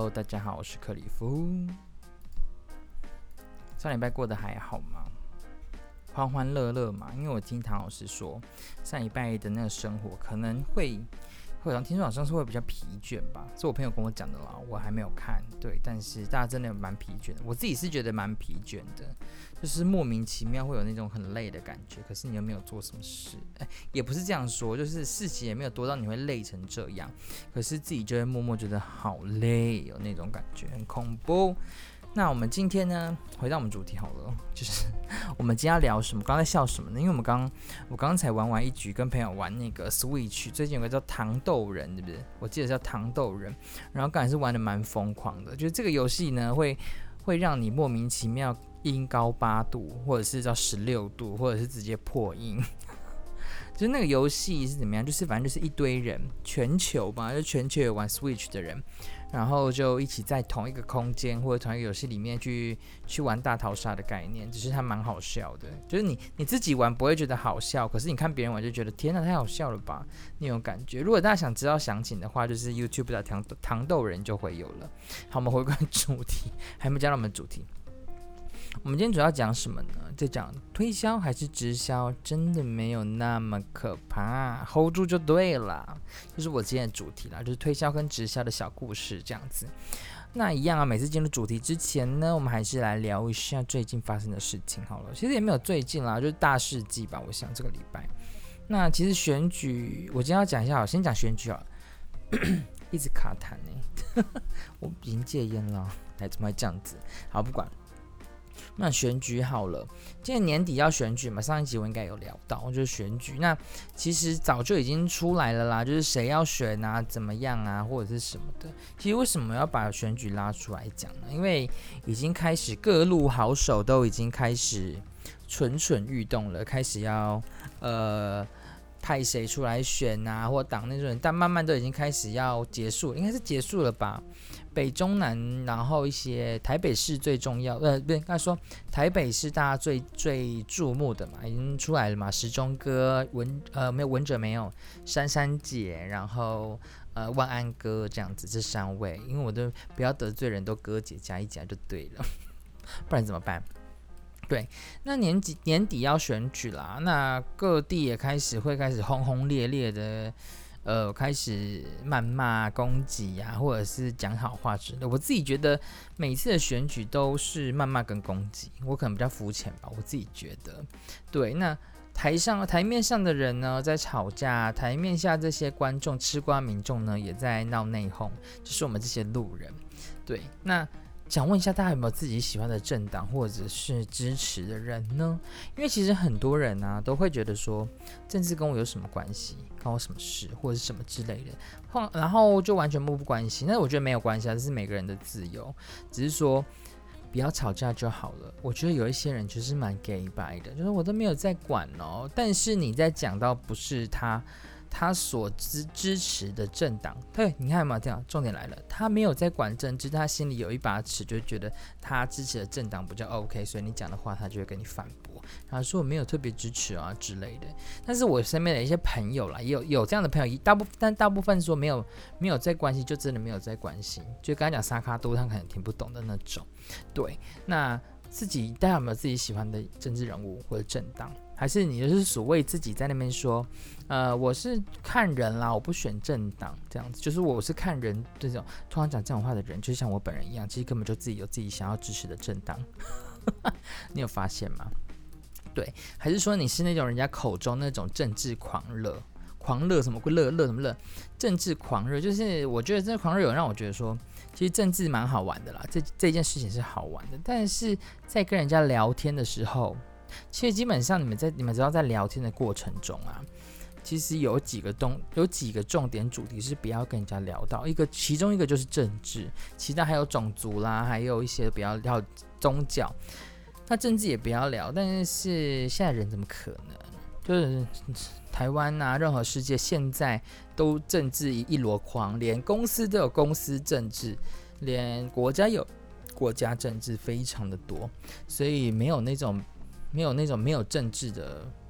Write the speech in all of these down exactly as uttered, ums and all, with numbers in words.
Hello， 大家好，我是克里夫。上礼拜过得还好吗？欢欢乐乐嘛，因为我听唐老师说，上礼拜的那个生活可能会，会好像听说好像是会比较疲倦吧，是我朋友跟我讲的啦，我还没有看，对，但是大家真的蛮疲倦的，我自己是觉得蛮疲倦的，就是莫名其妙会有那种很累的感觉，可是你又没有做什么事，哎，也不是这样说，就是事情也没有多到你会累成这样，可是自己就会默默觉得好累，有那种感觉，很恐怖。那我们今天呢，回到我们主题好了，就是我们今天要聊什么？刚才在笑什么呢？因为我们刚我刚才玩完一局，跟朋友玩那个 Switch， 最近有个叫糖豆人，对不对？我记得叫糖豆人，然后刚才是玩的蛮疯狂的，就是这个游戏呢，会会让你莫名其妙音高八度，或者是到十六度，或者是直接破音。就是那个游戏是怎么样？就是反正就是一堆人，全球吧，就全球有玩 Switch 的人，然后就一起在同一个空间或者同一个游戏里面去去玩大逃杀的概念，只是它蛮好笑的。就是你你自己玩不会觉得好笑，可是你看别人玩就觉得天哪，太好笑了吧那种感觉。如果大家想知道详情的话，就是 YouTube 的糖糖豆人就会有了。好，我们回归主题，还没讲到我们主题。我们今天主要讲什么呢？在讲推销还是直销，真的没有那么可怕 ，hold 住就对了。就是我今天的主题啦，就是推销跟直销的小故事这样子。那一样啊，每次进入主题之前呢，我们还是来聊一下最近发生的事情好了。其实也没有最近啦，就是大事记吧。我想这个礼拜，那其实选举，我今天要讲一下，好，先讲选举好了。一直卡痰呢、欸，我已经戒烟了，哎，怎么会这样子？好，不管。那选举好了，今年年底要选举嘛，上一集我应该有聊到，就是选举。那其实早就已经出来了啦，就是谁要选啊，怎么样啊，或者是什么的。其实为什么要把选举拉出来讲呢？因为已经开始各路好手都已经开始蠢蠢欲动了，开始要呃派谁出来选啊，或党那种人，但慢慢都已经开始要结束，应该是结束了吧。北中南，然后一些台北市最重要，呃，不对，应该说台北市大家最最注目的嘛，已经出来了嘛。时钟哥，文呃没有文者没有，珊珊姐，然后呃万安哥这样子，这三位，因为我都不要得罪人，都哥姐加一加就对了，不然怎么办？对，那年底年底要选举啦，那各地也开始会开始轰轰烈烈的。呃，开始谩骂、攻击啊，或者是讲好话之类的。我自己觉得每次的选举都是谩骂跟攻击，我可能比较肤浅吧，我自己觉得。对，那台上台面上的人呢在吵架，台面下这些观众吃瓜民众呢也在闹内讧，就是我们这些路人。对，那。想问一下大家有没有自己喜欢的政党或者是支持的人呢？因为其实很多人啊都会觉得说政治跟我有什么关系，关我什么事或者是什么之类的，然后就完全漠不关心。但是我觉得没有关系啊，这是每个人的自由，只是说不要吵架就好了。我觉得有一些人就是蛮 gay 白的，就是我都没有在管哦，但是你在讲到不是他。他所 支, 支持的政党，对，你看有没有这样？重点来了，他没有在管政治，他心里有一把尺，就觉得他支持的政党比较 OK， 所以你讲的话，他就会跟你反驳，然后说我没有特别支持啊之类的。但是我身边的一些朋友啦，也有有这样的朋友，大部但大部分说没有没有在关心，就真的没有在关心，就刚才讲萨卡多，他可能听不懂的那种。对，那自己大家有没有自己喜欢的政治人物或者政党？还是你就是所谓自己在那边说，呃，我是看人啦，我不选政党这样子，就是我是看人这种通常讲这种话的人，就像我本人一样，其实根本就自己有自己想要支持的政党，你有发现吗？对，还是说你是那种人家口中那种政治狂热？狂热什么热热什么热？政治狂热就是我觉得这狂热有让我觉得说，其实政治蛮好玩的啦，这这件事情是好玩的，但是在跟人家聊天的时候。其实基本上你们在你们只要在聊天的过程中啊，其实有几个重有几个重点主题是不要跟人家聊到，一个其中一个就是政治，其他还有种族啦，还有一些不要聊宗教，那政治也不要聊。但是现在人怎么可能？就是台湾啊，任何世界现在都政治一箩筐，连公司都有公司政治，连国家有国家政治，非常的多，所以没有那种。没有那种没有政治的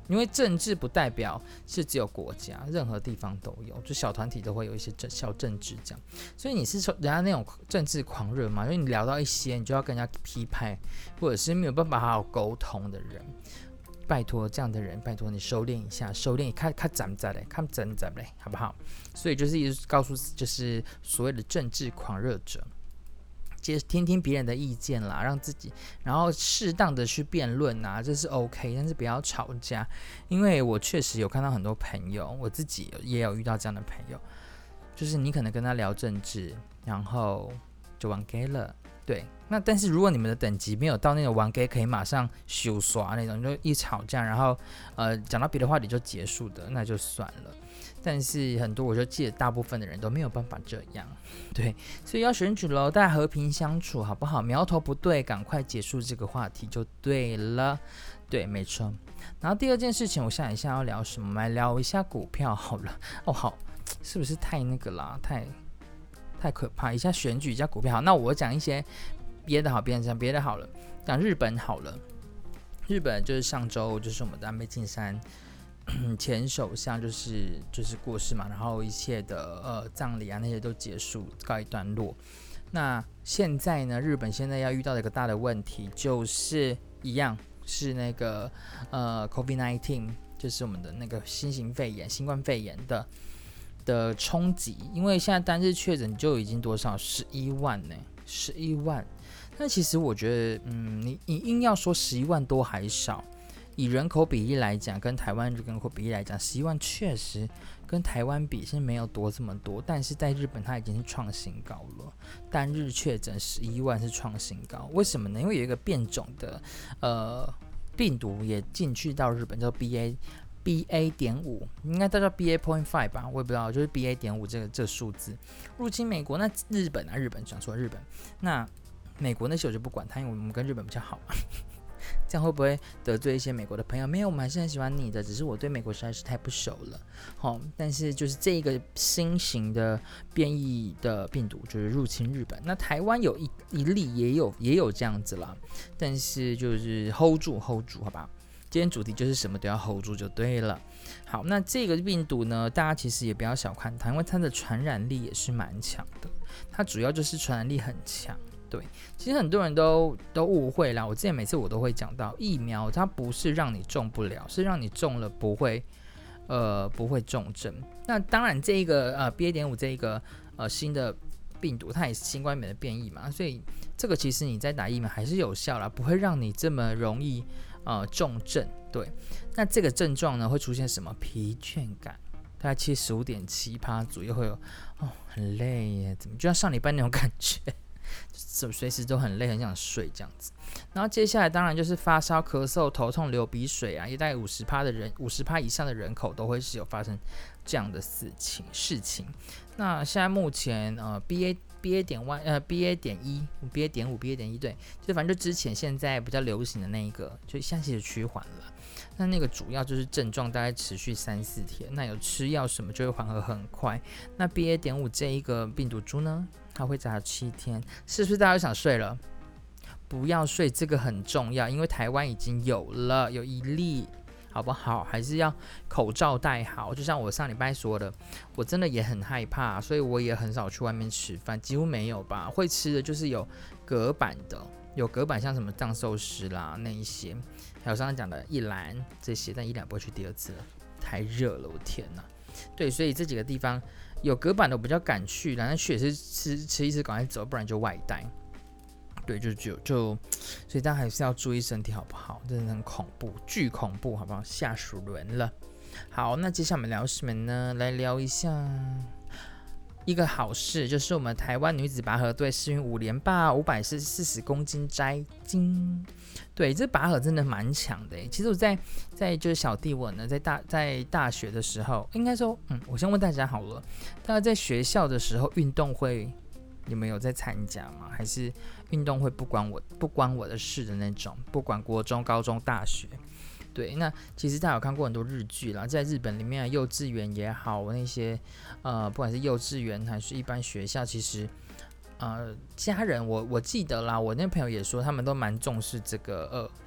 因为政治不代表是只有国家，任何地方都有，就小团体都会有一些小政治这样。所以你是说人家那种政治狂热嘛？因为你聊到一些，你就要跟人家批判，或者是没有办法好好沟通的人，拜托这样的人，拜托你收敛一下，收敛，看看怎么着嘞，看怎么着嘞，好不好？所以就是一直告诉，就是所谓的政治狂热者。接听听别人的意见啦，让自己，然后适当的去辩论啊，这是 OK， 但是不要吵架，因为我确实有看到很多朋友，我自己也有遇到这样的朋友，就是你可能跟他聊政治，然后就玩 gay 了，对，那但是如果你们的等级没有到那种玩 gay 可以马上修刷那种，就一吵架，然后呃讲到别的话题就结束的，那就算了。但是很多我就记得大部分的人都没有办法这样，对，所以要选举咯，大家和平相处好不好？苗头不对，赶快结束这个话题就对了，对，没错。然后第二件事情，我想一下要聊什么，我们来聊一下股票好了。哦，好，是不是太那个啦？太太可怕！一下选举，一下股票，好，那我讲一些别的好，别人讲别的好了，讲日本好了。日本就是上周就是我们的安倍晋三。前首相就是就是过世嘛，然后一切的呃葬礼啊那些都结束告一段落。那现在呢，日本现在要遇到的一个大的问题就是一样是那个呃 COVID 十九， 就是我们的那个新型肺炎、新冠肺炎的的冲击，因为现在单日确诊就已经多少十一万呢，十一万。那其实我觉得，嗯，你你硬要说十一万多还少。以人口比例来讲，跟台湾人口比例来讲，十一万确实跟台湾比是没有多这么多，但是在日本它已经是创新高了，单日确诊十一万是创新高。为什么呢？因为有一个变种的呃病毒也进去到日本，叫 B A B A 点五，应该叫 B A point five 吧，我也不知道，就是 B A 点五这个这个数字入侵美国。那日本啊，日本讲说日本，那美国那些我就不管它，因为我们跟日本比较好嘛。这样会不会得罪一些美国的朋友？没有，我们还是很喜欢你的，只是我对美国实在是太不熟了。好，但是就是这个新型的变异的病毒就是入侵日本，那台湾有 一, 一例也有也有这样子啦，但是就是 hold 住 hold 住，好吧？今天主题就是什么都要 hold 住就对了。好，那这个病毒呢，大家其实也不要小看它，因为它的传染力也是蛮强的，它主要就是传染力很强。对，其实很多人都都误会啦。我之前每次我都会讲到，疫苗它不是让你中不了，是让你中了不会，呃，不会重症。那当然，这一个呃 B A 点五 这一个呃新的病毒，它也是新冠肺炎的变异嘛，所以这个其实你在打疫苗还是有效啦，不会让你这么容易呃重症。对，那这个症状呢会出现什么？疲倦感，大概七十五点七趴左右会有，哦，很累耶，怎么就像上礼拜那种感觉？随时都很累，很想睡这样子。然后接下来当然就是发烧、咳嗽、头痛、流鼻水啊，也大概五十趴的人，五十趴以上的人口都会是有发生这样的事情事情。那现在目前呃 B A B A 点 Y 呃 B A 点一 B A 点五 B A 点一对，就反正就之前现在比较流行的那一个，就现在其实趋缓了。那那个主要就是症状大概持续三四天，那有吃药什么就会缓和很快。那 B A 点五 这一个病毒株呢，它会长七天，是不是大家都想睡了？不要睡，这个很重要，因为台湾已经有了，有一例，好不好？还是要口罩戴好。就像我上礼拜说的，我真的也很害怕，所以我也很少去外面吃饭，几乎没有吧。会吃的就是有隔板的，有隔板，像什么藏寿司啦那一些，还有刚刚讲的一兰这些，但一兰不会去第二次了，太热了，我天哪！对，所以这几个地方有隔板的我比较敢去，然后去也是吃吃一吃赶快走，不然就外带。对，就就就，所以大家还是要注意身体好不好？真的很恐怖，巨恐怖，好不好？吓死人了。好，那接下来我们聊什么呢？来聊一下一个好事，就是我们台湾女子拔河队世运五连霸，五百四十公斤摘金。对，这拔河真的蛮强的。其实我在在就是小弟我呢，在大在大学的时候，应该说，嗯，我先问大家好了，大家在学校的时候运动会，你们有在参加吗？还是运动会不关我不关我的事的那种？不管国中、高中、大学。对，那其实大家有看过很多日剧啦，在日本里面幼稚园也好，那些呃不管是幼稚园还是一般学校，其实呃家人我我记得啦，我那朋友也说他们都蛮重视这个呃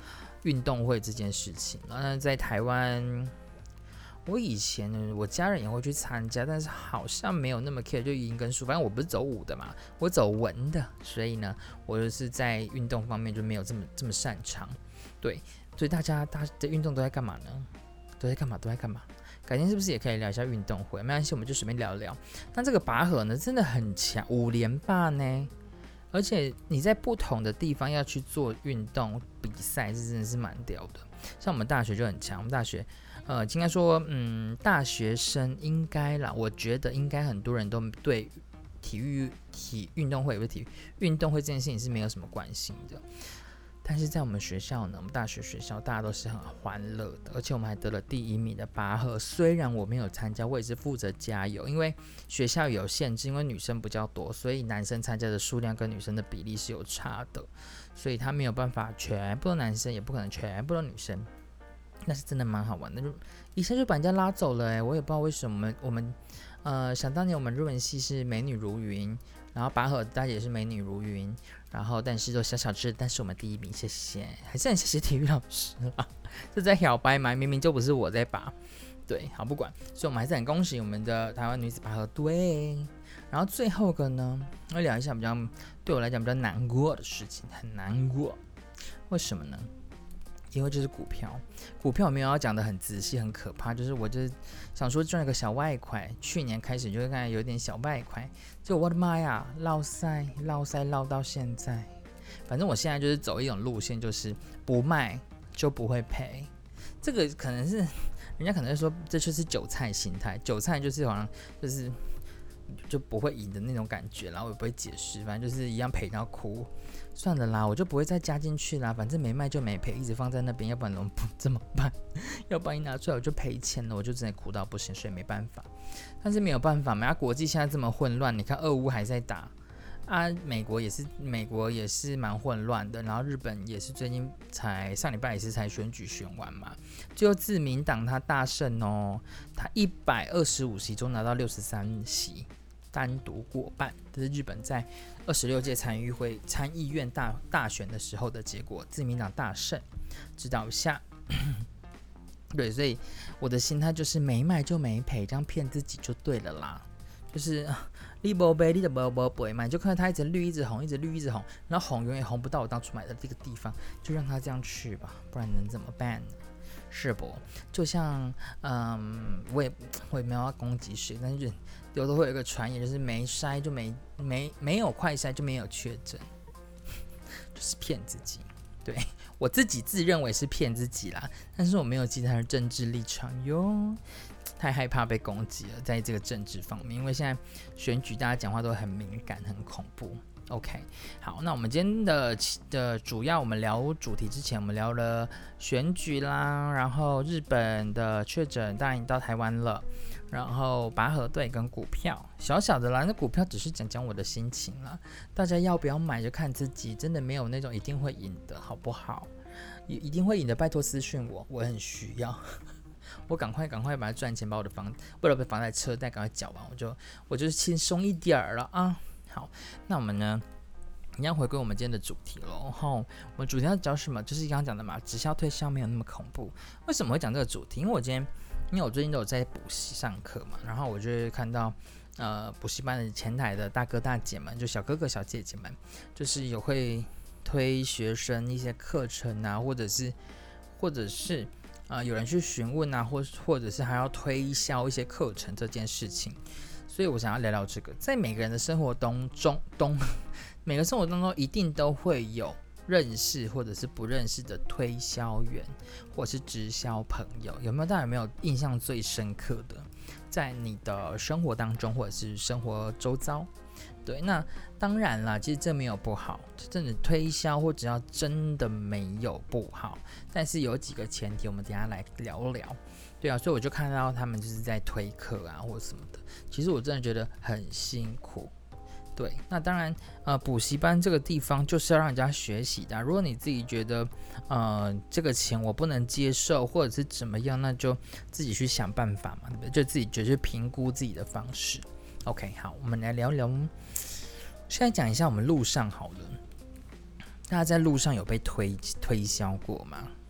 运动会这件事情。那在台湾，我以前呢，我家人也会去参加，但是好像没有那么 care， 就音跟数，反正我不是走舞的嘛，我走文的，所以呢，我就是在运动方面就没有这么这么擅长。对，所以大家大家的运动都在干嘛呢？都在干嘛？都在干嘛？改天是不是也可以聊一下运动会？没关系，我们就随便聊聊。那这个拔河呢，真的很强，五连霸呢。而且你在不同的地方要去做运动比赛，这真的是蛮屌的。像我们大学就很强，我们大学，呃，应该说，嗯，大学生应该啦，我觉得应该很多人都对体育、体运动会不是体育运动会这件事情是没有什么关心的。但是在我们学校呢，我们大学学校大家都是很欢乐的，而且我们还得了第一名的拔河。虽然我没有参加，我也是负责加油，因为学校有限制，因为女生比较多，所以男生参加的数量跟女生的比例是有差的，所以他没有办法全部都男生，也不可能全部都女生。那是真的蛮好玩的，就一下就把人家拉走了哎、欸，我也不知道为什么我们，呃，想当年我们日文系是美女如云，然后拔河大家也是美女如云，然后但是都小小只，但是我们第一名，谢谢，还是很谢谢体育老师啦，这在摇摆嘛，明明就不是我在拔，对，好不管，所以我们还是很恭喜我们的台湾女子拔河队。然后最后一个呢，我聊一下比较对我来讲比较难过的事情，很难过，为什么呢？因为就是股票，股票没有要讲的很仔细，很可怕。就是我就是想说赚了个小外快，去年开始就会看有点小外快，就我的妈呀，落塞落塞落到现在。反正我现在就是走一种路线，就是不卖就不会赔。这个可能是人家可能会说这就是韭菜心态，韭菜就是好像就是就不会赢的那种感觉，然后我也不会解释，反正就是一样赔到哭。算了啦，我就不会再加进去啦，反正没卖就没赔，一直放在那边，要不然怎么办？要不然一拿出来我就赔钱了，我就真的苦到不行，所以没办法。但是没有办法嘛，国际现在这么混乱，你看俄乌还在打啊，美国也是美国也是蛮混乱的，然后日本也是最近才上礼拜也是才选举选完嘛，最后自民党他大胜哦，他一百二十五席中拿到六十三席。单独过半，这是日本在二十六届参议会参议院 大, 大选的时候的结果，自民党大胜。指导一下，对，所以我的心态就是没卖就没赔，这样骗自己就对了啦。就是你没买，你就没没赔嘛，你就看到它一直绿，一直红，一直绿，一直红，然后红永远红不到我当初买的这个地方，就让它这样去吧，不然能怎么办？是不？就像，嗯，我也我也没有要攻击谁，但是有的会有一个传言，就是没筛就没没没有快筛就没有确诊，就是骗自己。对，我自己自认为是骗自己啦，但是我没有其他的政治立场哟，太害怕被攻击了，在这个政治方面，因为现在选举大家讲话都很敏感，很恐怖。OK， 好，那我们今天的的主要，我们聊主题之前，我们聊了选举啦，然后日本的确诊当然已经到台湾了，然后拔河队跟股票，小小的啦，那股票只是讲讲我的心情啦，大家要不要买就看自己，真的没有那种一定会赢的，好不好？一定会赢的，拜托私讯我，我很需要。我赶快赶快把它赚钱，把我的房为了把房贷车贷赶快缴完，我就我就轻松一点了啊。好，那我们呢，一样回归我们今天的主题喽。哈，我们主题要讲什么？就是刚刚讲的嘛，直销推销没有那么恐怖。为什么会讲这个主题？因为我今天，因为我最近都有在补习上课嘛，然后我就会看到，呃，补习班的前台的大哥大姐们，就小哥哥小姐姐们，就是有会推学生一些课程啊，或者是，或者是，呃，有人去询问啊，或或者是还要推销一些课程这件事情。所以我想要聊聊这个，在每个人的生活当中，中每个生活当中一定都会有认识或者是不认识的推销员，或者是直销朋友，有没有？大家有没有印象最深刻的，在你的生活当中，或者是生活周遭？对，那当然啦，其实这没有不好，真的推销或只要真的没有不好，但是有几个前提，我们等一下来聊聊。对啊，所以我就看到他们就是在推课啊或什么的，其实我真的觉得很辛苦。对，那当然，呃，补习班这个地方就是要让人家学习的。如果你自己觉得，呃，这个钱我不能接受，或者是怎么样，那就自己去想办法嘛，对不对？就自己觉得去评估自己的方式。OK， 好，我们来聊聊。现在讲一下我们路上好了，大家在路上有被推推销过吗？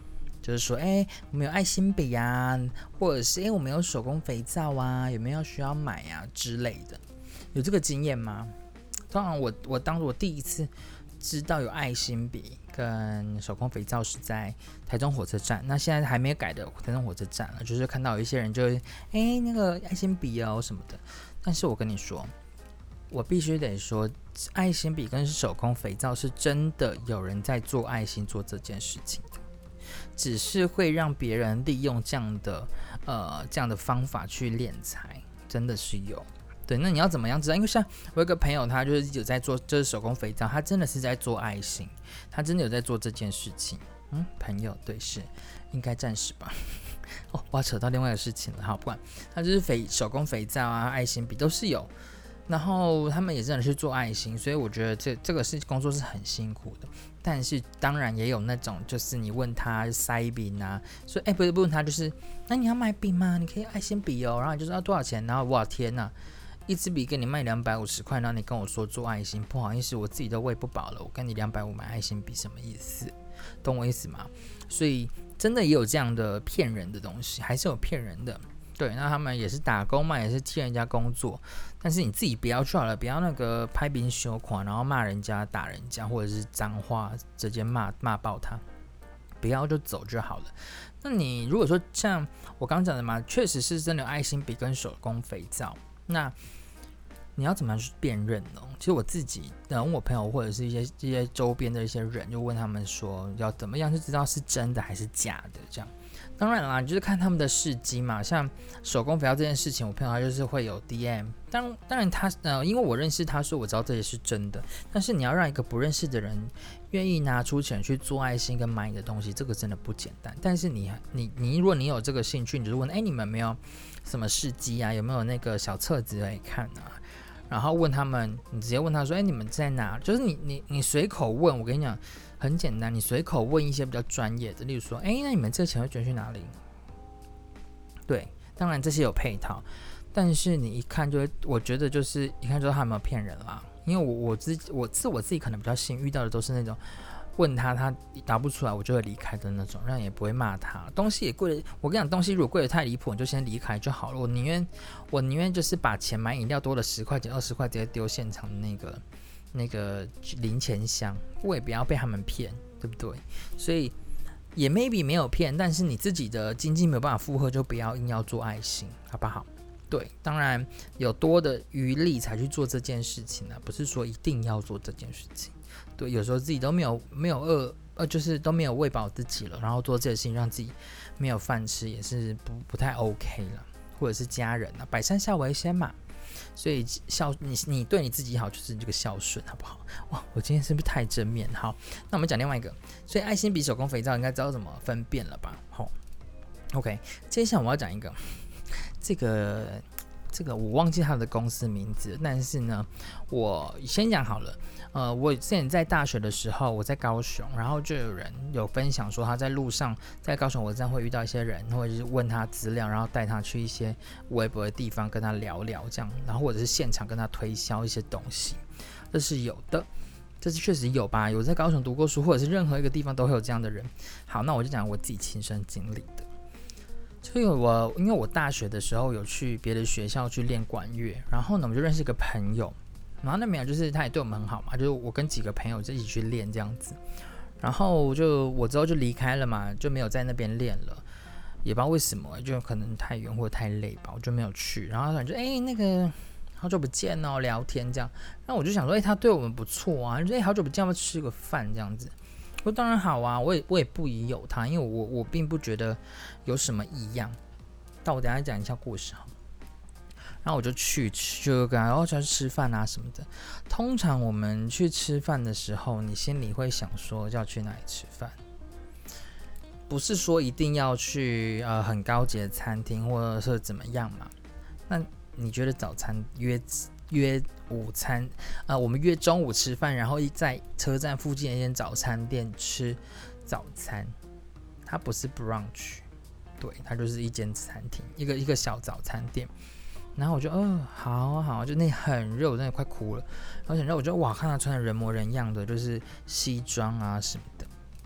就是说，哎、欸，我们有爱心笔啊，或者是哎、欸，我们有手工肥皂啊，有没有需要买啊之类的？有这个经验吗？通常我我当我第一次知道有爱心笔跟手工肥皂是在台中火车站，那现在还没有改的台中火车站了，就是看到有一些人就哎、欸、那个爱心笔哦什么的，但是我跟你说，我必须得说，爱心笔跟手工肥皂是真的有人在做爱心做这件事情的。只是会让别人利用这样的呃这样的方法去敛财，真的是有。对，那你要怎么样知道？因为像我有个朋友，他就是有在做，就是手工肥皂，他真的是在做爱心，他真的有在做这件事情。嗯，朋友，对，是应该暂时吧。哦，我要扯到另外一个事情了，好，不管他就是肥手工肥皂啊，爱心笔都是有。然后他们也真的去做爱心，所以我觉得这这个是工作是很辛苦的。但是当然也有那种，就是你问他塞饼啊，说哎不是不问他，就是那你要买饼吗？你可以爱心笔哦，然后你就说要多少钱？然后哇天哪，一支笔给你卖两百五十块，然后你跟我说做爱心，不好意思，我自己都喂不饱了，我跟你两百五买爱心笔什么意思？懂我意思吗？所以真的也有这样的骗人的东西，还是有骗人的。对，那他们也是打工嘛，也是替人家工作，但是你自己不要去好了，不要那个拍饼羞款，然后骂人家、打人家，或者是脏话直接骂骂爆他，不要就走就好了。那你如果说像我刚刚讲的嘛，确实是真的有爱心笔跟手工肥皂，那你要怎么样去辨认呢？其实我自己问我朋友或者是一些一些周边的一些人，就问他们说要怎么样去知道是真的还是假的这样。当然啦，就是看他们的事迹嘛。像手工肥皂这件事情，我朋友他就是会有 D M。当当然他呃，因为我认识他，说我知道这也是真的。但是你要让一个不认识的人愿意拿出钱去做爱心跟买你的东西，这个真的不简单。但是你你你，如果你有这个兴趣，你就问，哎，你们没有什么事迹啊？有没有那个小册子可以看啊？然后问他们，你直接问他说，哎，你们在哪？就是你你你随口问，我跟你讲。很简单，你随口问一些比较专业的，例如说，哎，那你们这钱会捐去哪里？对，当然这些有配套，但是你一看就会，我觉得就是一看就知道他有没有骗人啦。因为我我自我自我自己可能比较幸运，遇到的都是那种问他他答不出来，我就会离开的那种，让人也不会骂他。东西也贵，我跟你讲，东西如果贵的太离谱，你就先离开就好了。我宁愿我宁愿就是把钱买饮料多了十块钱、二十块直接丢现场的那个。那个零钱箱，我也不要被他们骗，对不对？所以也 maybe 没有骗，但是你自己的经济没有办法负荷，就不要硬要做爱心，好不好？对，当然有多的余力才去做这件事情啊，不是说一定要做这件事情。对，有时候自己都没有没有饿，呃，就是都没有喂饱自己了，然后做这件事情让自己没有饭吃，也是不不太 OK 了，或者是家人啊，百善孝为先嘛。所以孝你你对你自己好，就是这个孝顺，好不好？哇，我今天是不是太正面？好，那我们讲另外一个。所以爱心笔、手工肥皂应该知道怎么分辨了吧？好 ，OK， 接下来我要讲一个，这个这个我忘记他的公司名字，但是呢，我先讲好了。呃，我之前在大学的时候，我在高雄，然后就有人有分享说他在路上在高雄火车站会遇到一些人，或者是问他资料，然后带他去一些微博的地方跟他聊聊这样，然后或者是现场跟他推销一些东西，这是有的，这是确实有吧？有在高雄读过书，或者是任何一个地方都会有这样的人。好，那我就讲我自己亲身经历的。所以我因为我大学的时候有去别的学校去练管乐，然后呢我就认识一个朋友。然后那边就是他也对我们很好嘛，就是我跟几个朋友就一起去练这样子，然后就我之后就离开了嘛，就没有在那边练了，也不知道为什么，就可能太远或者太累吧，我就没有去。然后他就哎、欸、那个好久不见哦，聊天这样，然后我就想说哎、欸、他对我们不错啊，就哎、欸、好久不见，要不要吃个饭这样子？我说当然好啊，我也我也不疑有他，因为我我并不觉得有什么异样。但我等一下讲一下故事哈。然后我就去，就跟他哦，就要去吃饭啊什么的。通常我们去吃饭的时候，你心里会想说要去哪里吃饭，不是说一定要去呃很高级的餐厅或者是怎么样嘛？那你觉得早餐约约午餐，呃，我们约中午吃饭，然后在车站附近的一间早餐店吃早餐，它不是 brunch， 对，它就是一间餐厅，一个一个小早餐店。然后我就，哦，好好，就那很热，我真的快哭了。然后很热，我就哇，看他穿的人模人样的，就是西装啊什么的。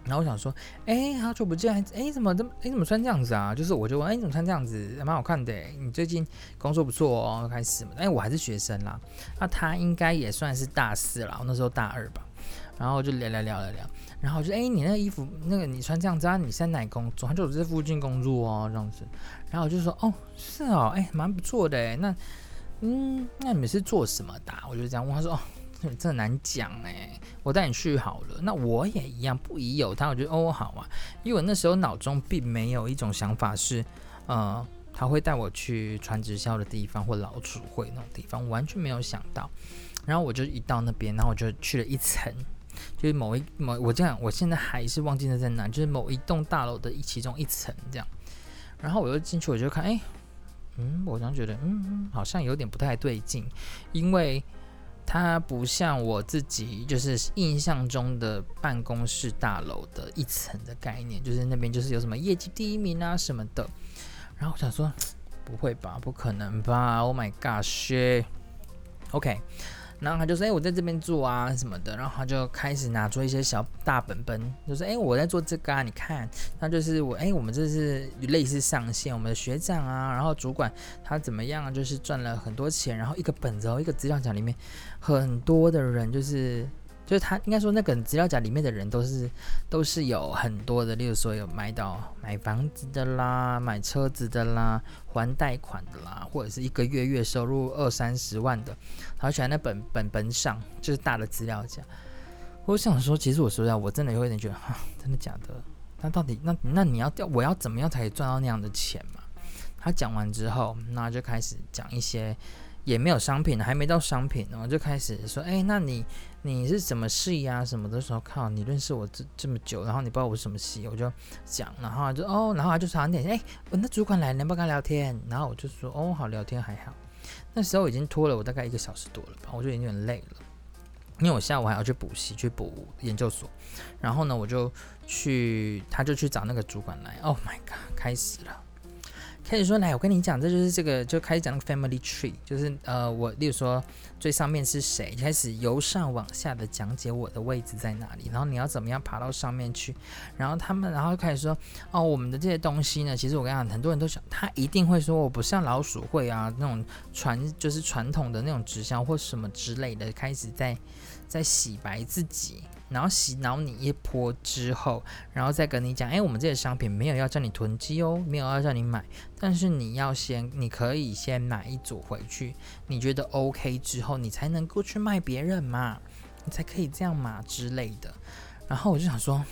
然后我想说，哎，好久不见，哎，怎么怎么，哎，怎么穿这样子啊？就是我就问，哎，你怎么穿这样子？蛮好看的，你最近工作不错哦，开始嘛。哎，我还是学生啦，那他应该也算是大四啦，我那时候大二吧。然后就聊聊聊聊聊，然后我就哎，你那个衣服，那个你穿这样子啊？你在哪里工作？他就我在附近工作哦，这样子。然后我就说，哦，是哦，哎，蛮不错的哎。那，嗯，那你们是做什么的啊？我就这样问他说，哦。真的难讲哎，我带你去好了。那我也一样，不疑有他。我觉得哦好啊，因为我那时候脑中并没有一种想法是，呃，他会带我去传直销的地方或老鼠会那种地方，我完全没有想到。然后我就一到那边，然后我就去了一层，就是某一某我这样，我现在还是忘记了在哪，就是某一栋大楼的其中一层这样。然后我就进去，我就看，哎，嗯，我常觉得，嗯，好像有点不太对劲，因为。它不像我自己就是印象中的办公室大楼的一层的概念，就是那边就是有什么业绩第一名啊什么的。然后我想说，不会吧，不可能吧 ？Oh my gosh！OK， 然后他就说：“哎、欸，我在这边做啊什么的。”然后他就开始拿出一些小大本本，就说：“哎、欸，我在做这个啊，你看，那就是我哎、欸，我们这是类似上线，我们的学长啊，然后主管他怎么样，就是赚了很多钱，然后一个本子哦，一个资料夹里面很多的人就是。”就是他应该说那个资料夹里面的人都是都是有很多的，例如说有买到买房子的啦，买车子的啦，还贷款的啦，或者是一个月月收入二三十万的，而且那本本本上就是大的资料夹。我想说，其实我说实在，我真的有一点觉得，哈，真的假的？那到底那那你要我要怎么样才可以赚到那样的钱嘛？他讲完之后，那就开始讲一些。也没有商品，还没到商品，然后就开始说，哎、欸，那你你是什么系呀、啊？什么的时候，靠，你认识我这这么久，然后你不知道我是什么系，我就讲，然后他就哦，然后他就常点，哎、欸，我那主管来，能不能跟他聊天？然后我就说，哦，好，聊天还好。那时候已经拖了我大概一个小时多了吧，我就已经有点累了，因为我下午还要去补习，去补研究所。然后呢，我就去，他就去找那个主管来。Oh my god， 开始了。开始说来，我跟你讲，这就是这个，就开始讲那个 family tree， 就是呃，我例如说最上面是谁，开始由上往下的讲解我的位置在哪里，然后你要怎么样爬到上面去，然后他们然后开始说哦，我们的这些东西呢，其实我跟你讲，很多人都想，他一定会说我不像老鼠会啊那种传就是传统的那种直销或什么之类的，开始在在洗白自己。然后洗脑你一波之后，然后再跟你讲，哎，我们这些商品没有要叫你囤积哦，没有要叫你买，但是你要先，你可以先买一组回去，你觉得 OK 之后，你才能够去卖别人嘛，你才可以这样嘛之类的。然后我就想说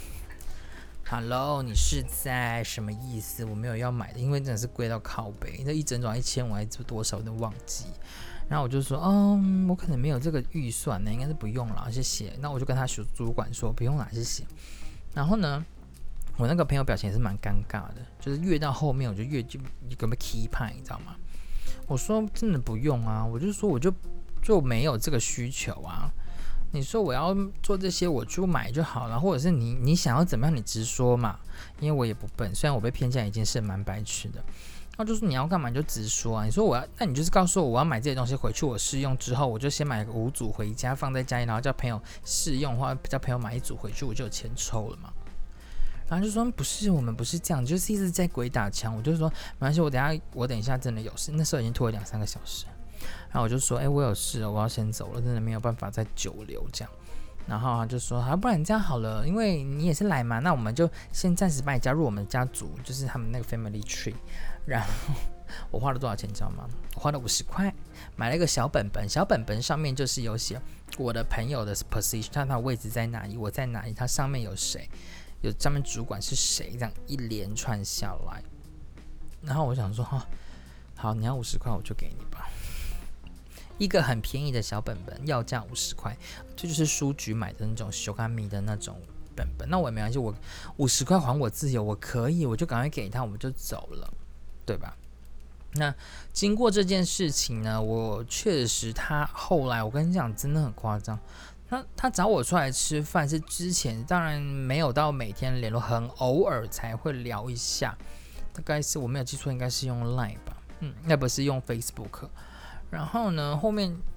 ，Hello， 你是在什么意思？我没有要买的，因为真的是贵到靠北，这一整装一千五还是多少，我都忘记。然后我就说，嗯，我可能没有这个预算呢，应该是不用了，谢谢。那我就跟他主管说，不用了，谢谢。然后呢，我那个朋友表情也是蛮尴尬的，就是越到后面我就越就有没有 key 派，你知道吗？我说真的不用啊，我就说我就就没有这个需求啊。你说我要做这些，我就买就好了，或者是你你想要怎么样，你直说嘛，因为我也不笨，虽然我被骗价已经是蛮白痴的。然后就说你要干嘛你就直说啊！你说我要，那你就是告诉我我要买这些东西回去，我试用之后，我就先买个五组回家放在家里，然后叫朋友试用，或者叫朋友买一组回去，我就有钱抽了嘛。然后就说不是，我们不是这样，就是一直在鬼打墙。我就说没关系，我等一下我等一下真的有事，那时候已经拖了两三个小时。然后我就说，哎、欸，我有事了，我要先走了，真的没有办法再久留这样。然后他就说，好，不然你这样好了，因为你也是来嘛，那我们就先暂时把你加入我们家族，就是他们那个 family tree。然后我花了多少钱，你知道吗？我花了五十块，买了一个小本本，小本本上面就是有写我的朋友的 position， 他的位置在哪里，我在哪里，他上面有谁，有上面主管是谁，这样一连串下来。然后我想说，哈，好，你要五十块，我就给你吧。一个很便宜的小本本，要价五十块，这就是书局买的那种修卡米的那种本本。那我也没关系，我五十块还我自由，我可以，我就赶快给他，我们就走了。对吧？那经过这件事情呢，我确实他后来我跟你讲真的很夸张。那他找我出来吃饭是之前当然没有到每天联络，很偶尔才会聊一下。大概是我没有记错，应该是用 Line 吧，嗯，那不是用 Facebook。然后呢，后面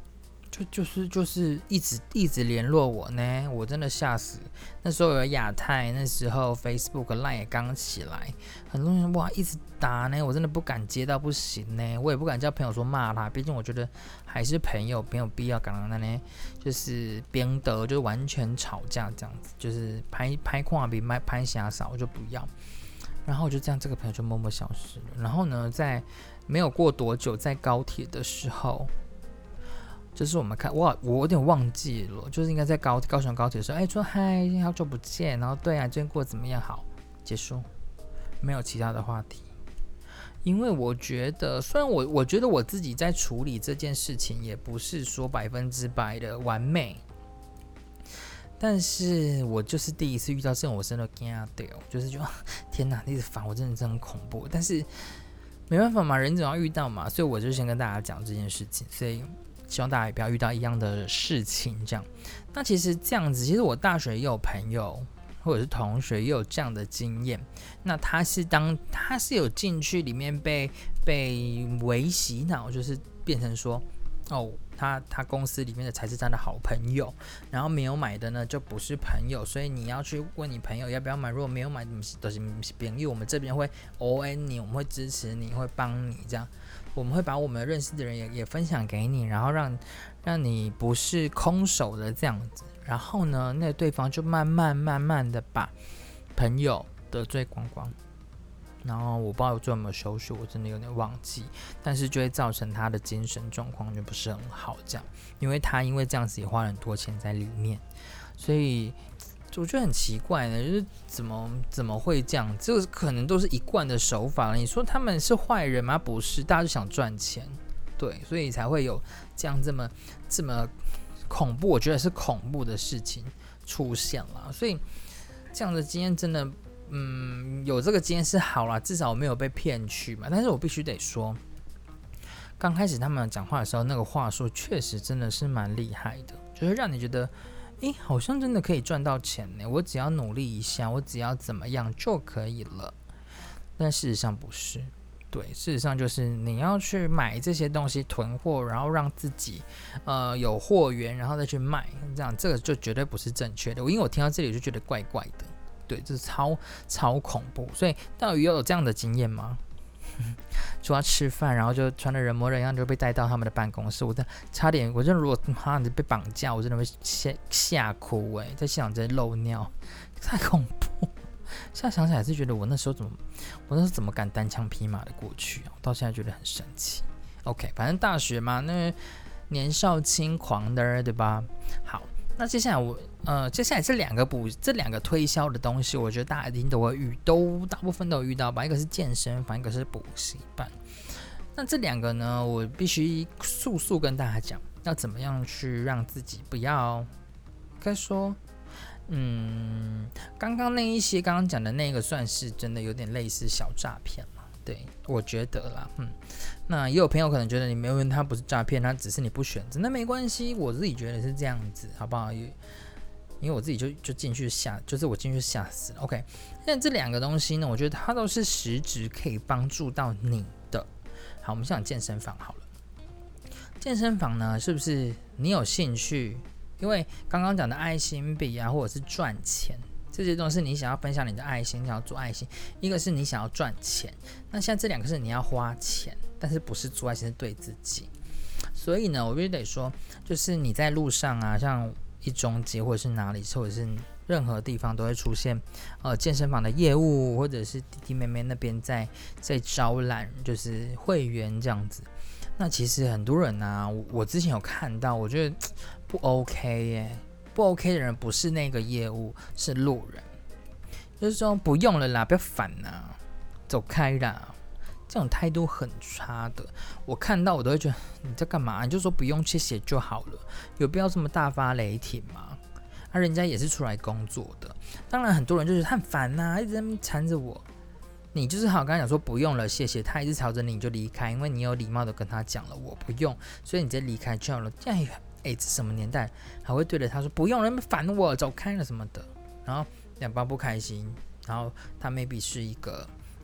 就就是就是一直一直联络我呢，我真的吓死。那时候有亚太，那时候 Facebook Line 也刚起来，很多人哇一直打呢，我真的不敢接到不行呢，我也不敢叫朋友说骂他，毕竟我觉得还是朋友，没有必要刚刚呢就是边得就完全吵架这样子，就是拍拍框比拍拍瞎少，我就不要。然后就这样，这个朋友就默默消失了。然后呢，在没有过多久，在高铁的时候。就是我们看哇，我有点忘记了，就是应该在高高雄高铁的时候，哎，说嗨，好久不见，然后对啊，最近过得怎么样？好，结束，没有其他的话题。因为我觉得，虽然我我觉得我自己在处理这件事情，也不是说百分之百的完美，但是我就是第一次遇到这种，我真的惊掉，就是就天哪，一直烦我，真的真的很恐怖。但是没办法嘛，人总要遇到嘛，所以我就先跟大家讲这件事情，所以。希望大家也不要遇到一样的事情，这样。那其实这样子，其实我大学也有朋友或者是同学也有这样的经验。那他是当他是有进去里面被被微洗脑，就是变成说，哦，他他公司里面的才是他的好朋友，然后没有买的呢就不是朋友，所以你要去问你朋友要不要买。如果没有买，都是朋友，我们这边会 O N 你，我们会支持你，会帮你这样。我们会把我们认识的人 也, 也分享给你，然后让让你不是空手的这样子。然后呢，那对方就慢慢慢慢的把朋友得罪光光。然后我不知道有做没有收拾，我真的有点忘记。但是就会造成他的精神状况就不是很好，这样，因为他因为这样子也花了很多钱在里面，所以。我觉得很奇怪呢，就是怎么怎么会这样？这个可能都是一贯的手法了。你说他们是坏人吗？不是，大家就想赚钱，对，所以才会有这样这么这么恐怖，我觉得是恐怖的事情出现了。所以这样的经验真的，嗯，有这个经验是好啦，至少我没有被骗去嘛。但是我必须得说，刚开始他们讲话的时候，那个话术确实真的是蛮厉害的，就是让你觉得。诶，好像真的可以赚到钱呢！我只要努力一下，我只要怎么样就可以了。但事实上不是，对，事实上就是你要去买这些东西囤货，然后让自己呃有货源，然后再去卖，这样这个就绝对不是正确的。因为我听到这里我就觉得怪怪的，对，这是超超恐怖。所以到底有这样的经验吗？说要吃饭，然后就穿的人模人样，就被带到他们的办公室。我真差点，我真的如果妈的被绑架，我真的会吓吓哭哎、欸，在现场直接漏尿，太恐怖。现在想起来是觉得我那时候怎么，我那时候怎么敢单枪匹马的过去啊？我到现在觉得很生气。OK， 反正大学嘛，那年少轻狂的，对吧？好。那接下来我呃，接下来这两个补这两个推销的东西，我觉得大家一定都会遇，都大部分都有遇到吧。一个是健身房，一个是补习班。那这两个呢，我必须速速跟大家讲，要怎么样去让自己不要，该说，嗯，刚刚那一些刚刚讲的那个算是真的有点类似小诈骗了。对，我觉得啦，嗯，那也有朋友可能觉得你没有，他不是诈骗，他只是你不选择，那没关系，我自己觉得是这样子，好不好？因为我自己就就进去吓，就是我进去吓死了。OK， 那这两个东西呢，我觉得它都是实质可以帮助到你的。好，我们讲健身房好了，健身房呢，是不是你有兴趣？因为刚刚讲的爱心笔啊，或者是赚钱。这些都是你想要分享你的爱心，你想要做爱心。一个是你想要赚钱，那现在这两个是你要花钱，但是不是做爱心，是对自己。所以呢，我必须得说，就是你在路上啊，像一中街或者是哪里，或者是任何地方都会出现呃健身房的业务，或者是弟弟妹妹那边在在招揽，就是会员这样子。那其实很多人啊，我, 我之前有看到，我觉得不 OK 耶。不 OK 的人不是那个业务，是路人，就是说不用了啦，不要烦啦，走开啦，这种态度很差的。我看到我都会觉得你在干嘛？你就说不用谢谢就好了，有必要这么大发雷霆吗？啊，人家也是出来工作的。当然很多人就是很烦呐、啊，一直在那边缠着我。你就是好，刚才讲说不用了，谢谢，他一直吵着你，你就离开，因为你有礼貌的跟他讲了我不用，所以你直接离开就好了。这样哎，这什么年代还会对着他说不用了，烦我，走开了什么的，然后两方不开心，然后他 maybe 是一个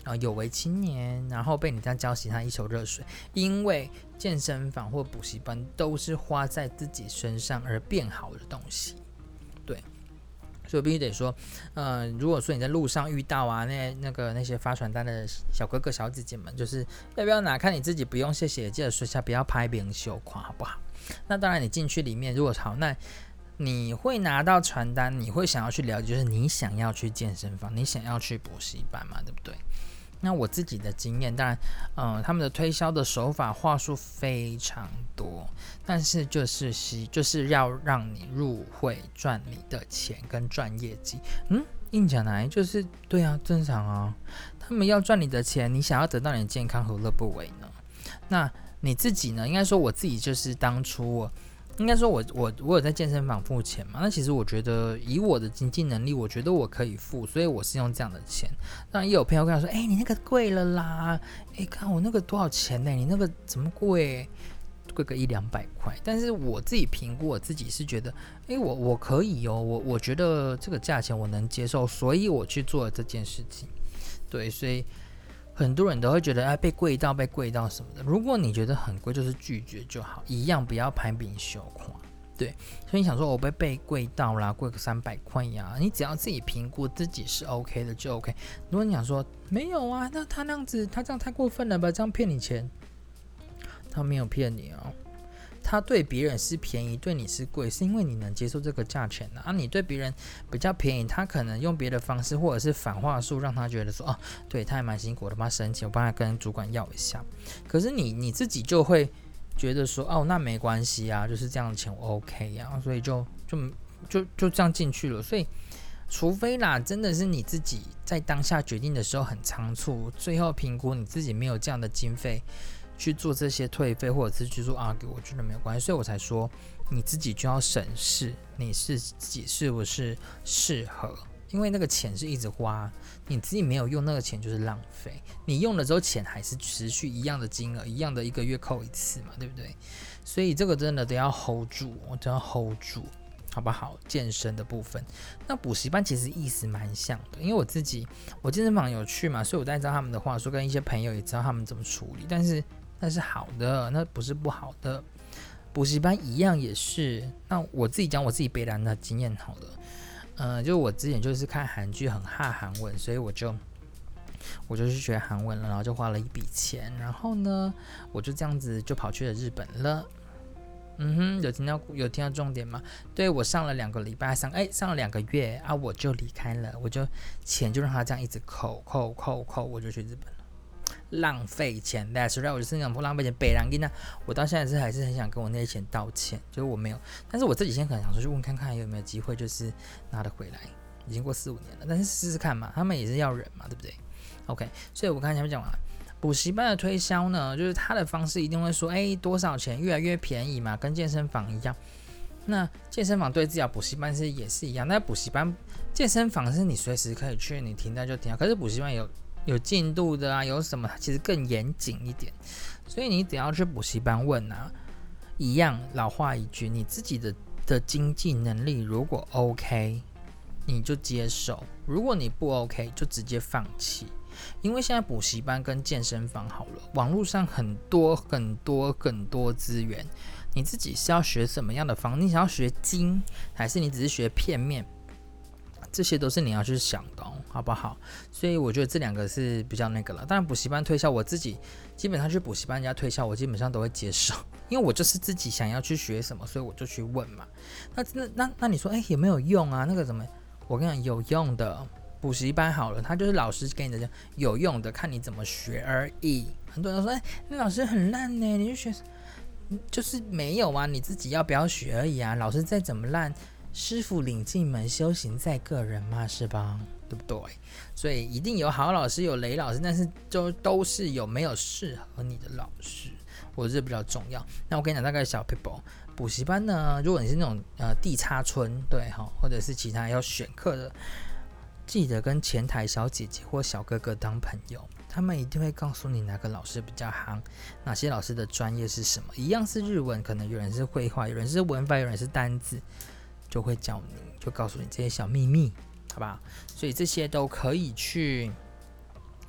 然后有为青年，然后被你这样浇熄他一头热水，因为健身房或补习班都是花在自己身上而变好的东西，对。所以我必须得说，呃，如果说你在路上遇到啊，那那个那些发传单的小哥哥小姐姐们，就是要不要拿？看你自己不用，谢谢，记得说一下，不要拍别人羞夸，好不好？那当然，你进去里面，如果好，那你会拿到传单，你会想要去了解，就是你想要去健身房，你想要去补习班嘛，对不对？那我自己的经验，当然，嗯，他们的推销的手法话术非常多，但是就是就是要让你入会赚你的钱跟赚业绩。嗯，硬讲来就是对啊，正常啊。他们要赚你的钱，你想要得到你的健康，何乐不为呢？那你自己呢？应该说我自己就是当初我。应该说我，我我有在健身房付钱嘛？那其实我觉得，以我的经济能力，我觉得我可以付，所以我是用这样的钱。当然也有朋友跟他说：“哎、欸，你那个贵了啦！哎、欸，看我那个多少钱呢、欸？你那个怎么贵？贵个一两百块。”但是我自己评估，我自己是觉得，哎、欸，我我可以哦，我我觉得这个价钱我能接受，所以我去做了这件事情。对，所以。很多人都会觉得哎被贵到被贵到什么的，如果你觉得很贵，就是拒绝就好，一样不要攀比羞夸。对，所以你想说我被被贵到啦，贵个三百块呀，你只要自己评估自己是 OK 的就 OK。如果你想说没有啊，那他那样子他这样太过分了吧，这样骗你钱，他没有骗你哦。他对别人是便宜，对你是贵，是因为你能接受这个价钱啊。啊你对别人比较便宜，他可能用别的方式或者是反话术，让他觉得说，哦，对他还蛮辛苦的，我帮他申请，我帮他跟主管要一下。可是你你自己就会觉得说，哦，那没关系啊，就是这样的钱我 OK 啊，所以就就就就这样进去了。所以，除非啦，真的是你自己在当下决定的时候很仓促，最后评估你自己没有这样的经费。去做这些退费，或者是去做啊，给我觉得没有关系，所以我才说你自己就要审视你是自己是不是适合，因为那个钱是一直花，你自己没有用那个钱就是浪费，你用了之后钱还是持续一样的金额，一样的一个月扣一次嘛，对不对？所以这个真的得要 hold 住，我都要 hold 住。好不好？健身的部分，那补习班其实意思蛮像的，因为我自己我健身房有去嘛，所以我大概知道他们的话术，跟一些朋友也知道他们怎么处理，但是那是好的，那不是不好的。补习班一样也是，那我自己讲我自己北兰的经验好了，呃，就我之前就是看韩剧很哈韩文，所以我就我就去学韩文了，然后就花了一笔钱，然后呢，我就这样子就跑去了日本了。嗯哼，有听到有听到重点吗？对，我上了两个礼拜，上哎上了两个月啊，我就离开了，我就钱就让他这样一直扣扣扣扣，我就去日本了，浪费钱。That's right， 我就是那种不浪费钱北兰跟那，我到现在是还是很想跟我那些钱道歉，就是我没有，但是我这几天可能想说去问看看有没有机会，就是拿得回来。已经过四五年了，但是试试看嘛，他们也是要人嘛，对不对 ？OK， 所以我刚才前面讲完。补习班的推销呢，就是他的方式一定会说，哎，多少钱越来越便宜嘛，跟健身房一样。那健身房对自己补习班是也是一样，但补习班、健身房是你随时可以去，你停掉就停掉。可是补习班有有进度的啊，有什么其实更严谨一点，所以你只要去补习班问啊，一样老话一句，你自己的的经济能力如果 OK， 你就接受；如果你不 OK， 就直接放弃。因为现在补习班跟健身房好了，网络上很多很多很多资源，你自己是要学什么样的方？你想要学精，还是你只是学片面？这些都是你要去想的、哦，好不好？所以我觉得这两个是比较那个了。当然，补习班推销我自己基本上去补习班人家推销，我基本上都会接受，因为我就是自己想要去学什么，所以我就去问嘛。那那那那你说，哎，有没有用啊？那个怎么？我跟你讲，有用的。补习班好了，他就是老师给你的有用的，看你怎么学而已。很多人都说，哎、欸，那老师很烂呢，你就学，就是没有啊，你自己要不要学而已啊。老师再怎么烂，师傅领进门，修行在个人嘛，是吧？对不对？所以一定有好老师，有雷老师，但是就都是有没有适合你的老师，我觉得比较重要。那我跟你讲大概小 people， 补习班呢，如果你是那种呃地差村，对哈，或者是其他要选课的。记得跟前台小姐姐或小哥哥当朋友，他们一定会告诉你哪个老师比较夯，哪些老师的专业是什么。一样是日文，可能有人是绘画，有人是文法，有人是单字，就会教你，就告诉你这些小秘密，好不好？所以这些都可以去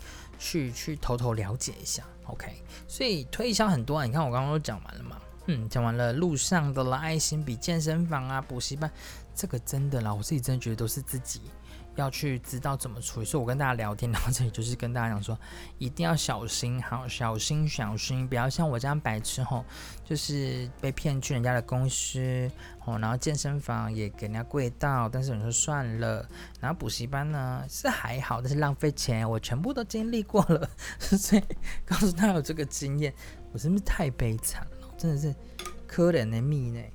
去去偷偷了解一下 ，OK。所以推销很多啊，你看我刚刚都讲完了嘛，嗯，讲完了路上的啦，爱心笔、健身房啊、补习班，这个真的啦，我自己真的觉得都是自己要去知道怎么处理。所以我跟大家聊天，然后这里就是跟大家讲说，一定要小心，好，小心小心，不要像我这样白痴吼，就是被骗去人家的公司哦，然后健身房也给人家贵到，但是你说算了，然后补习班呢是还好，但是浪费钱，我全部都经历过了，所以告诉他有这个经验，我是不是太悲惨了？真的是可怜的命呢，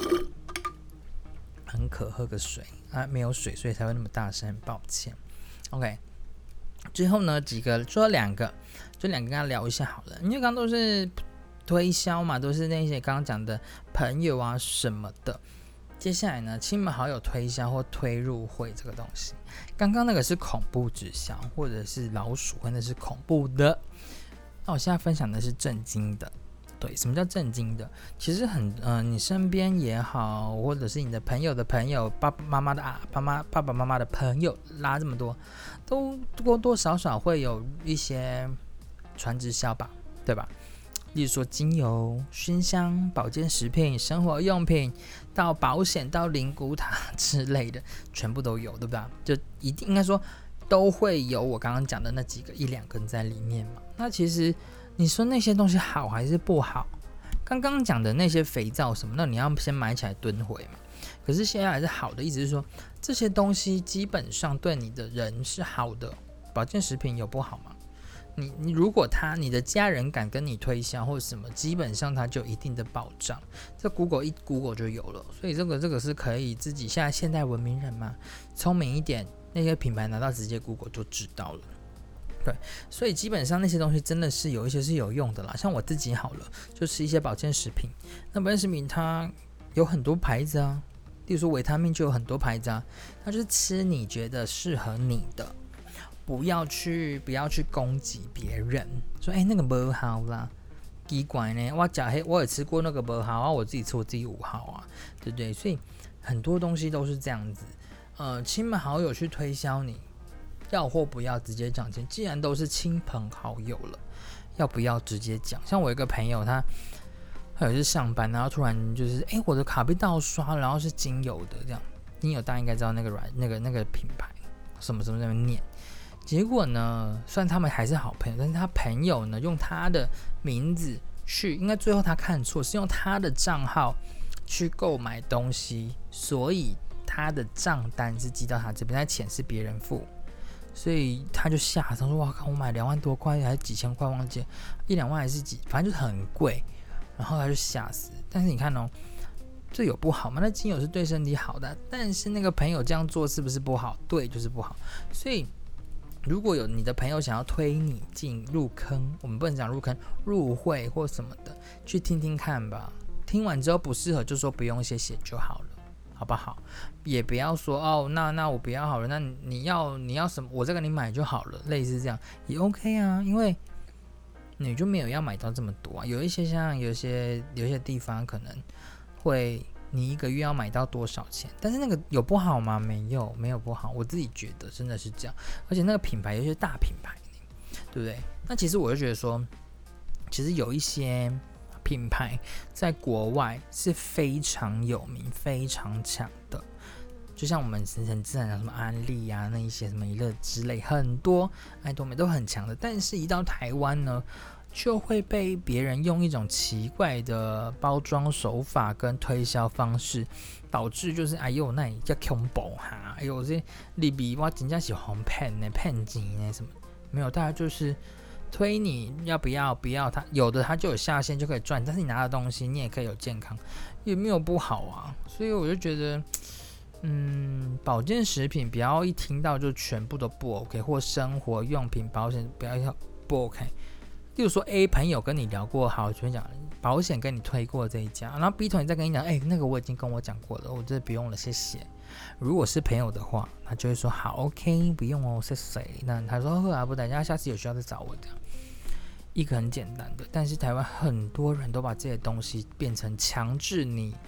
很渴，喝个水。啊，没有水，所以才会那么大声，很抱歉。OK， 最后呢，几个说两个，就两个跟他聊一下好了，因为刚刚都是推销嘛，都是那些刚刚讲的朋友啊什么的。接下来呢，亲朋好友推销或推入会这个东西，刚刚那个是恐怖直销，或者是老鼠会，那是恐怖的。那我现在分享的是正经的。对，什么叫正经的？其实很，呃，你身边也好，或者是你的朋友的朋友，爸爸妈妈的啊，爸妈爸爸妈妈的朋友，拉这么多，都多多少少会有一些传直销吧，对吧？例如说精油、熏香、保健食品、生活用品，到保险、到灵骨塔之类的，全部都有，对吧？就一定应该说都会有我刚刚讲的那几个一两根在里面嘛。那其实。你说那些东西好还是不好？刚刚讲的那些肥皂什么，那你要先买起来蹲回嘛。可是现在还是好的，意思是说这些东西基本上对你的人是好的。保健食品有不好吗？你你如果他你的家人敢跟你推销或者什么，基本上他就有一定的保障。这 Google 一 Google 就有了，所以这个这个是可以自己现在现代文明人嘛，聪明一点，那些品牌拿到直接 Google 就知道了。对，所以基本上那些东西真的是有一些是有用的啦，像我自己好了，就吃一些保健食品。那保健食品它有很多牌子啊，例如说维他命就有很多牌子啊，它就是吃你觉得适合你的，不要去不要去攻击别人，说哎、欸、那个不好啦，奇怪呢，我假黑我也吃过那个不好啊，我自己吃我自己五好啊，对不对？所以很多东西都是这样子，呃，亲朋好友去推销你。要或不要直接讲钱，既然都是亲朋好友了，要不要直接讲？像我有一个朋友，他他有一次上班，然后突然就是，哎、欸，我的卡被盗刷了，然后是精油的，这样精油大家应该知道那个软那个那个品牌什么什么在那边念。结果呢，虽然他们还是好朋友，但是他朋友呢用他的名字去，应该最后他看错，是用他的账号去购买东西，所以他的账单是寄到他这边，但钱是别人付。所以他就吓，他说：“哇靠，我买两万多块还是几千块，忘记一两万还是几，反正就是很贵。”然后他就吓死。但是你看哦，这有不好吗？那精油是对身体好的，但是那个朋友这样做是不是不好？对，就是不好。所以如果有你的朋友想要推你进入坑，我们不能讲入坑，入会或什么的，去听听看吧。听完之后不适合就说不用谢谢就好了。好不好？也不要说哦，那那我不要好了，那你要你要什么，我再给你买就好了，类似这样也 OK 啊，因为你就没有要买到这么多啊。有一些像有些有一些地方可能会你一个月要买到多少钱，但是那个有不好吗？没有，没有不好，我自己觉得真的是这样。而且那个品牌有些大品牌，对不对？那其实我就觉得说，其实有一些。品牌在国外是非常有名、非常强的，就像我们很自然讲什么安利啊，那一些什么娱乐之类，很多爱多美都很强的。但是，一到台湾呢，就会被别人用一种奇怪的包装手法跟推销方式，导致就是哎呦，那你叫恐怖哈，哎呦这利比我真正是红骗呢、骗钱呢什么，没有，大家就是。推你要不要？不要他有的他就有下线就可以赚，但是你拿的东西你也可以有健康，也没有不好啊。所以我就觉得，嗯，保健食品不要一听到就全部都不 OK， 或生活用品、保险不要不 OK。例如说 A 朋友跟你聊过，好，就讲保险跟你推过这一家，然后 B 同学再跟你讲，哎、欸，那个我已经跟我讲过了，我这不用了，谢谢。如果是朋友的话，他就会说好 ，OK， 不用哦，谢谢。那他说呵啊，不等一下，下次有需要再找我这样。一个很简单的，但是台湾很多人都把这些东西变成强制你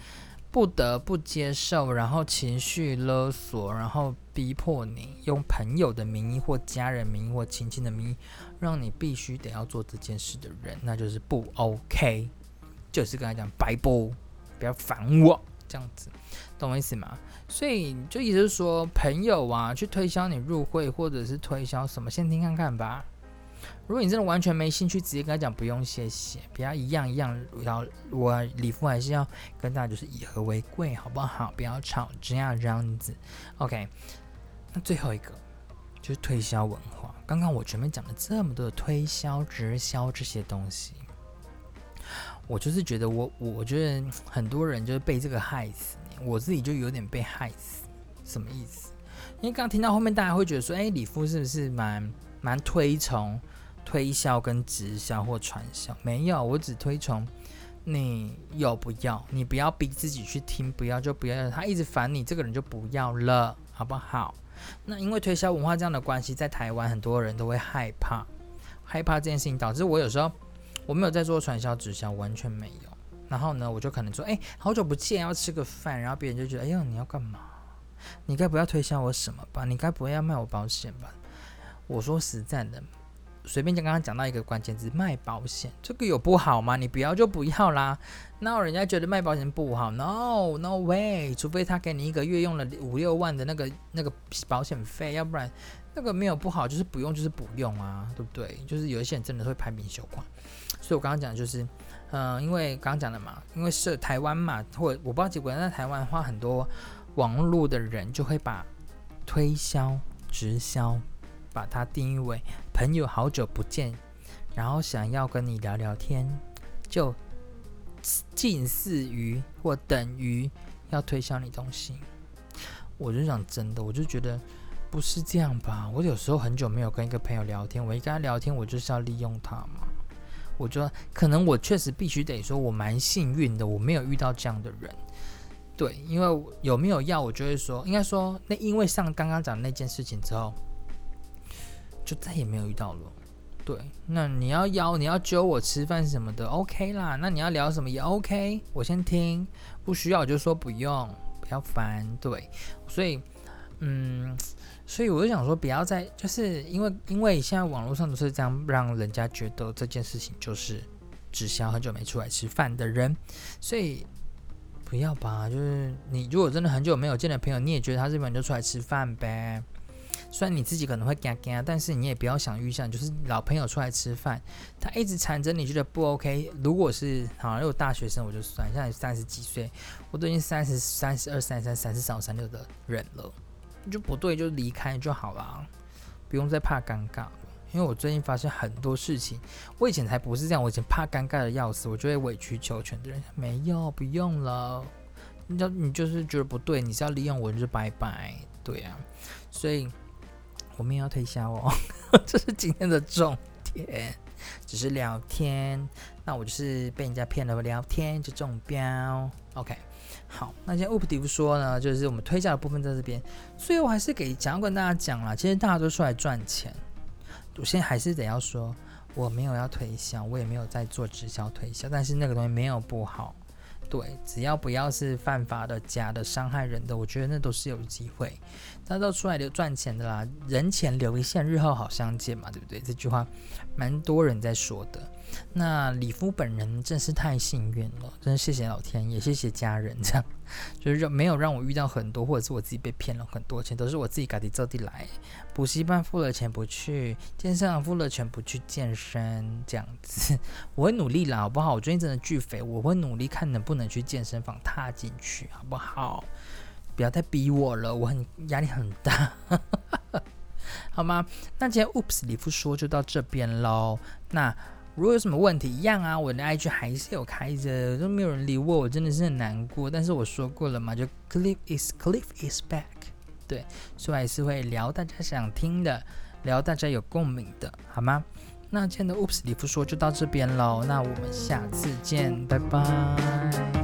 不得不接受，然后情绪勒索，然后逼迫你用朋友的名义或家人名义或亲戚的名义，让你必须得要做这件事的人，那就是不 OK， 就是跟他讲拜拜，不要烦我，这样子，懂我意思吗？所以就意思是说，朋友啊，去推销你入会，或者是推销什么，先听看看吧。如果你真的完全没兴趣，直接跟他讲不用谢谢，不要一样一样。然后我李夫还是要跟大家就是以和为贵，好不好？不要吵架这样子。OK， 那最后一个就是推销文化。刚刚我前面讲了这么多的推销、直销这些东西，我就是觉得我我我觉得很多人就是被这个害死，我自己就有点被害死。什么意思？因为刚刚听到后面，大家会觉得说，哎，李夫是不是蛮蛮推崇推销跟直销或传销？没有，我只推崇你有不要，你不要逼自己去听，不要就不要，他一直烦你，这个人就不要了，好不好？那因为推销文化这样的关系，在台湾很多人都会害怕，害怕这件事情导致我有时候我没有在做传销直销，完全没有。然后呢，我就可能说，哎，好久不见，要吃个饭，然后别人就觉得，哎呦，你要干嘛？你该不要推销我什么吧？你该不会要卖我保险吧？我说实在的，随便就刚刚讲到一个关键字，卖保险，这个有不好吗？你不要就不要啦。那人家觉得卖保险不好 ，no no way， 除非他给你一个月用了五六万的那个那个保险费，要不然那个没有不好，就是不用就是不用啊，对不对？就是有一些人真的会排名修款，所以我刚刚讲的就是，嗯、呃，因为刚刚讲的嘛，因为是台湾嘛，或者我不知道结果在台湾的话，很多网络的人就会把推销、直销，把它定义为朋友好久不见，然后想要跟你聊聊天，就近似于或等于要推销你东西。我就讲真的，我就觉得不是这样吧。我有时候很久没有跟一个朋友聊天，我一跟他聊天，我就是要利用他嘛。我觉得可能我确实必须得说，我蛮幸运的，我没有遇到这样的人。对，因为有没有要，我就会说，应该说，那因为上刚刚讲的那件事情之后，就再也没有遇到了。对，那你要邀，你要揪我吃饭什么的 ，OK 啦。那你要聊什么也 OK， 我先听，不需要我就说不用，不要烦。对，所以，嗯，所以我就想说，不要再，就是因为因为现在网络上都是这样，让人家觉得这件事情就是直销很久没出来吃饭的人，所以。不要吧，就是你如果真的很久没有见的朋友，你也觉得他这边就出来吃饭呗。虽然你自己可能会尴尬，但是你也不要想预想，就是老朋友出来吃饭，他一直缠着你，觉得不 OK。如果是好，如果大学生我就算，现在三十几岁，我都已经三十三十二、三十三、三十三、三六的人了，就不对就离开就好啦，不用再怕尴尬了。因为我最近发现很多事情，我以前才不是这样，我以前怕尴尬的要死，我就会委曲求全的人，没有，不用了，你就你就是觉得不对，你是要利用我，就是拜拜，对啊，所以我们也要推销哦，这是今天的重点，只是聊天，那我就是被人家骗了，聊天就中标 ，OK。好，那今天 U P 迪夫说呢，就是我们推销的部分在这边，最后还是给想要跟大家讲啦，其实大家都出来赚钱。我现在还是得要说，我没有要推销，我也没有在做直销推销，但是那个东西没有不好，对，只要不要是犯法的、假的、伤害人的，我觉得那都是有机会，大家都出来留赚钱的啦，人前留一线，日后好相见嘛，对不对？这句话蛮多人在说的。那李夫本人真是太幸运了，真的谢谢老天，也谢谢家人，这样就是没有让我遇到很多，或者是我自己被骗了很多钱，都是我自己自己做地来。补习班付了钱不去，健身房付了钱不去健身，这样子我会努力啦，好不好？我最近真的巨肥，我会努力看能不能去健身房踏进去，好不好？不要再逼我了，我很压力很大。好吗？那今天 Oops 李夫说就到这边咯。那如果有什么问题一样啊，我的 I G 还是有开着，都没有人理我，我真的是很难过。但是我说过了嘛，就 Cliff is Cliff is back， 对，所以还是会聊大家想听的，聊大家有共鸣的，好吗？那今天的 Oops 李夫说就到这边咯，那我们下次见，拜拜。